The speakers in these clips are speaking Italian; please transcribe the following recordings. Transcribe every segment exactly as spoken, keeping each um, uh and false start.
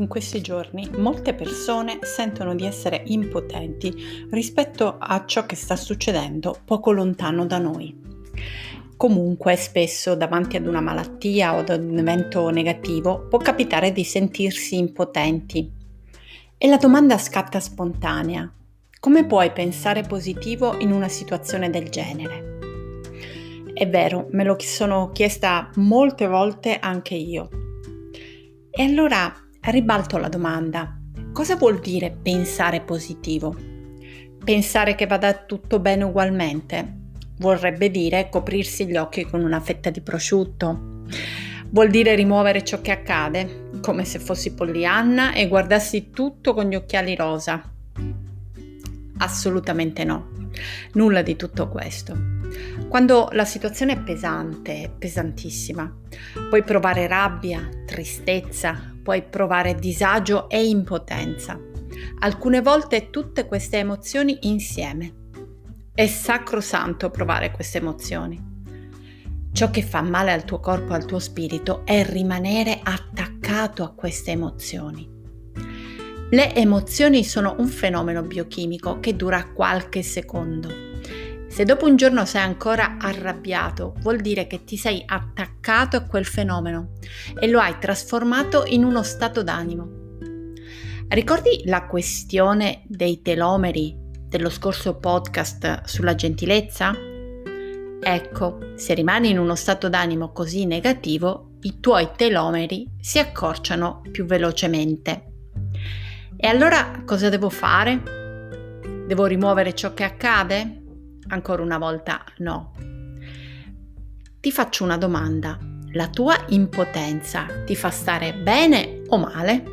in questi giorni molte persone sentono di essere impotenti rispetto a ciò che sta succedendo poco lontano da noi. Comunque, spesso davanti ad una malattia o ad un evento negativo può capitare di sentirsi impotenti. E la domanda scatta spontanea: come puoi pensare positivo in una situazione del genere? È vero, me lo sono chiesta molte volte anche io. E allora ribalto la domanda: cosa vuol dire pensare positivo? Pensare che vada tutto bene ugualmente? Vorrebbe dire coprirsi gli occhi con una fetta di prosciutto? Vuol dire rimuovere ciò che accade, come se fossi Pollyanna e guardassi tutto con gli occhiali rosa? Assolutamente no, nulla di tutto questo. Quando la situazione è pesante, pesantissima, puoi provare rabbia, tristezza, puoi provare disagio e impotenza. Alcune volte tutte queste emozioni insieme. È sacrosanto provare queste emozioni. Ciò che fa male al tuo corpo e al tuo spirito è rimanere attaccato a queste emozioni. Le emozioni sono un fenomeno biochimico che dura qualche secondo. Se dopo un giorno sei ancora arrabbiato, vuol dire che ti sei attaccato a quel fenomeno e lo hai trasformato in uno stato d'animo. Ricordi la questione dei telomeri dello scorso podcast sulla gentilezza? Ecco, se rimani in uno stato d'animo così negativo, i tuoi telomeri si accorciano più velocemente. E allora cosa devo fare? Devo rimuovere ciò che accade? Ancora una volta no. Ti faccio una domanda: la tua impotenza ti fa stare bene o male?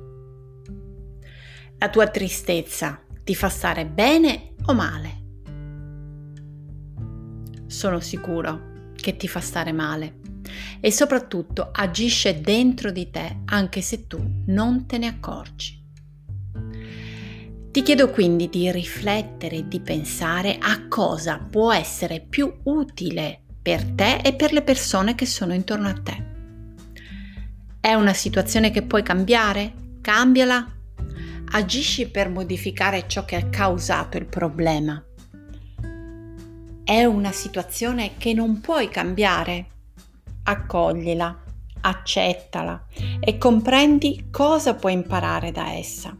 La tua tristezza ti fa stare bene o male? Sono sicuro che ti fa stare male e soprattutto agisce dentro di te anche se tu non te ne accorgi. Ti chiedo quindi di riflettere e di pensare a cosa può essere più utile per te e per le persone che sono intorno a te. È una situazione che puoi cambiare? Cambiala. Agisci per modificare ciò che ha causato il problema. È una situazione che non puoi cambiare? Accoglila, accettala e comprendi cosa puoi imparare da essa.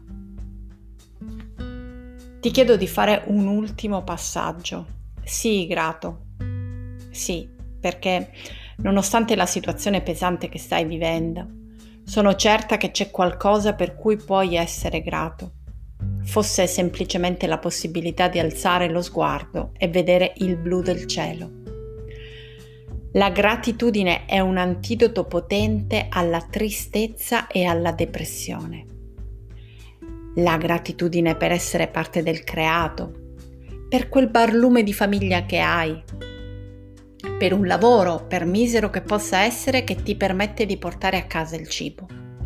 Ti chiedo di fare un ultimo passaggio. Sii grato. Sì, perché nonostante la situazione pesante che stai vivendo, sono certa che c'è qualcosa per cui puoi essere grato. Fosse semplicemente la possibilità di alzare lo sguardo e vedere il blu del cielo. La gratitudine è un antidoto potente alla tristezza e alla depressione. La gratitudine per essere parte del creato, per quel barlume di famiglia che hai, per un lavoro, per misero che possa essere, che ti permette di portare a casa il cibo.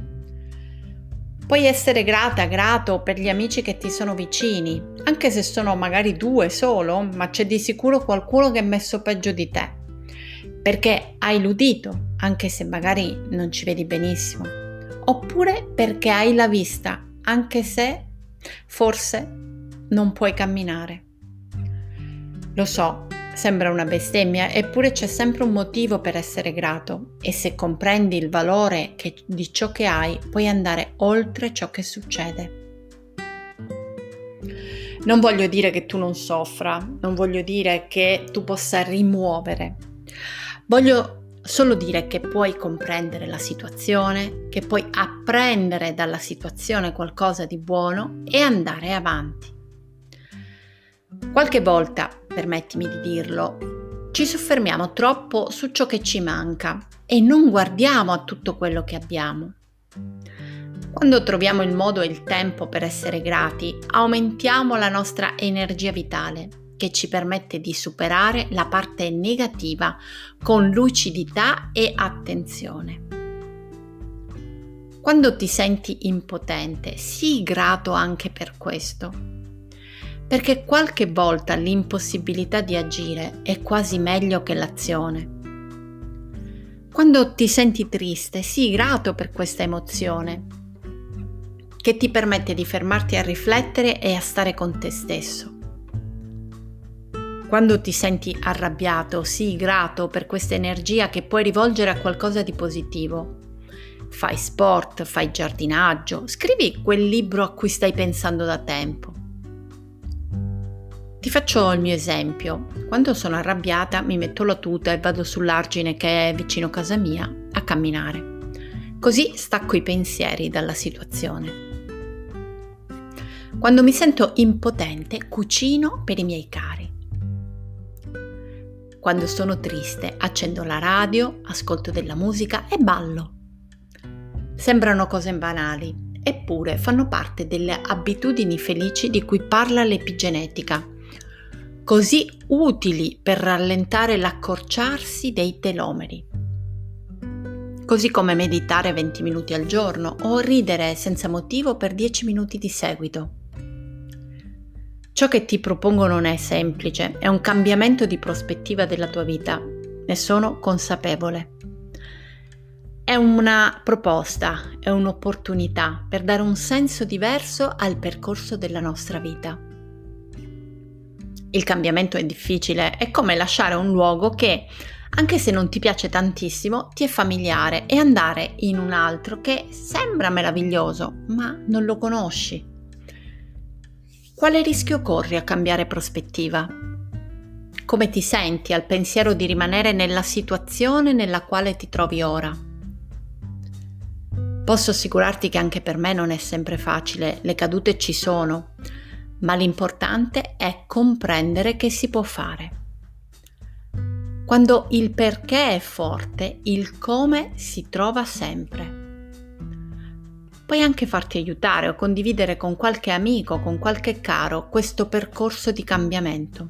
Puoi essere grata, grato per gli amici che ti sono vicini, anche se sono magari due solo, ma c'è di sicuro qualcuno che è messo peggio di te, perché hai l'udito, anche se magari non ci vedi benissimo, oppure perché hai la vista, anche se forse non puoi camminare. Lo so, sembra una bestemmia, eppure c'è sempre un motivo per essere grato e se comprendi il valore che, di ciò che hai, puoi andare oltre ciò che succede. Non voglio dire che tu non soffra, non voglio dire che tu possa rimuovere. Voglio solo dire che puoi comprendere la situazione, che puoi apprendere dalla situazione qualcosa di buono e andare avanti. Qualche volta, permettimi di dirlo, ci soffermiamo troppo su ciò che ci manca e non guardiamo a tutto quello che abbiamo. Quando troviamo il modo e il tempo per essere grati, aumentiamo la nostra energia vitale, che ci permette di superare la parte negativa con lucidità e attenzione. Quando ti senti impotente, sii grato anche per questo, perché qualche volta l'impossibilità di agire è quasi meglio che l'azione. Quando ti senti triste, sii grato per questa emozione, che ti permette di fermarti a riflettere e a stare con te stesso. Quando ti senti arrabbiato, sii grato per questa energia che puoi rivolgere a qualcosa di positivo. Fai sport, fai giardinaggio, scrivi quel libro a cui stai pensando da tempo. Ti faccio il mio esempio. Quando sono arrabbiata mi metto la tuta e vado sull'argine che è vicino a casa mia a camminare. Così stacco i pensieri dalla situazione. Quando mi sento impotente, cucino per i miei cari. Quando sono triste, accendo la radio, ascolto della musica e ballo. Sembrano cose banali, eppure fanno parte delle abitudini felici di cui parla l'epigenetica, così utili per rallentare l'accorciarsi dei telomeri. Così come meditare venti minuti al giorno o ridere senza motivo per dieci minuti di seguito. Ciò che ti propongo non è semplice, è un cambiamento di prospettiva della tua vita, ne sono consapevole. È una proposta, è un'opportunità per dare un senso diverso al percorso della nostra vita. Il cambiamento è difficile, è come lasciare un luogo che, anche se non ti piace tantissimo, ti è familiare e andare in un altro che sembra meraviglioso, ma non lo conosci. Quale rischio corri a cambiare prospettiva? Come ti senti al pensiero di rimanere nella situazione nella quale ti trovi ora? Posso assicurarti che anche per me non è sempre facile, le cadute ci sono, ma l'importante è comprendere che si può fare. Quando il perché è forte, il come si trova sempre. Puoi anche farti aiutare o condividere con qualche amico, con qualche caro, questo percorso di cambiamento.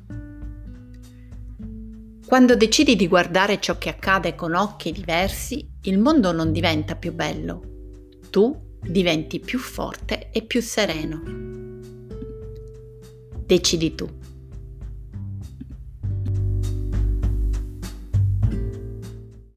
Quando decidi di guardare ciò che accade con occhi diversi, il mondo non diventa più bello. Tu diventi più forte e più sereno. Decidi tu.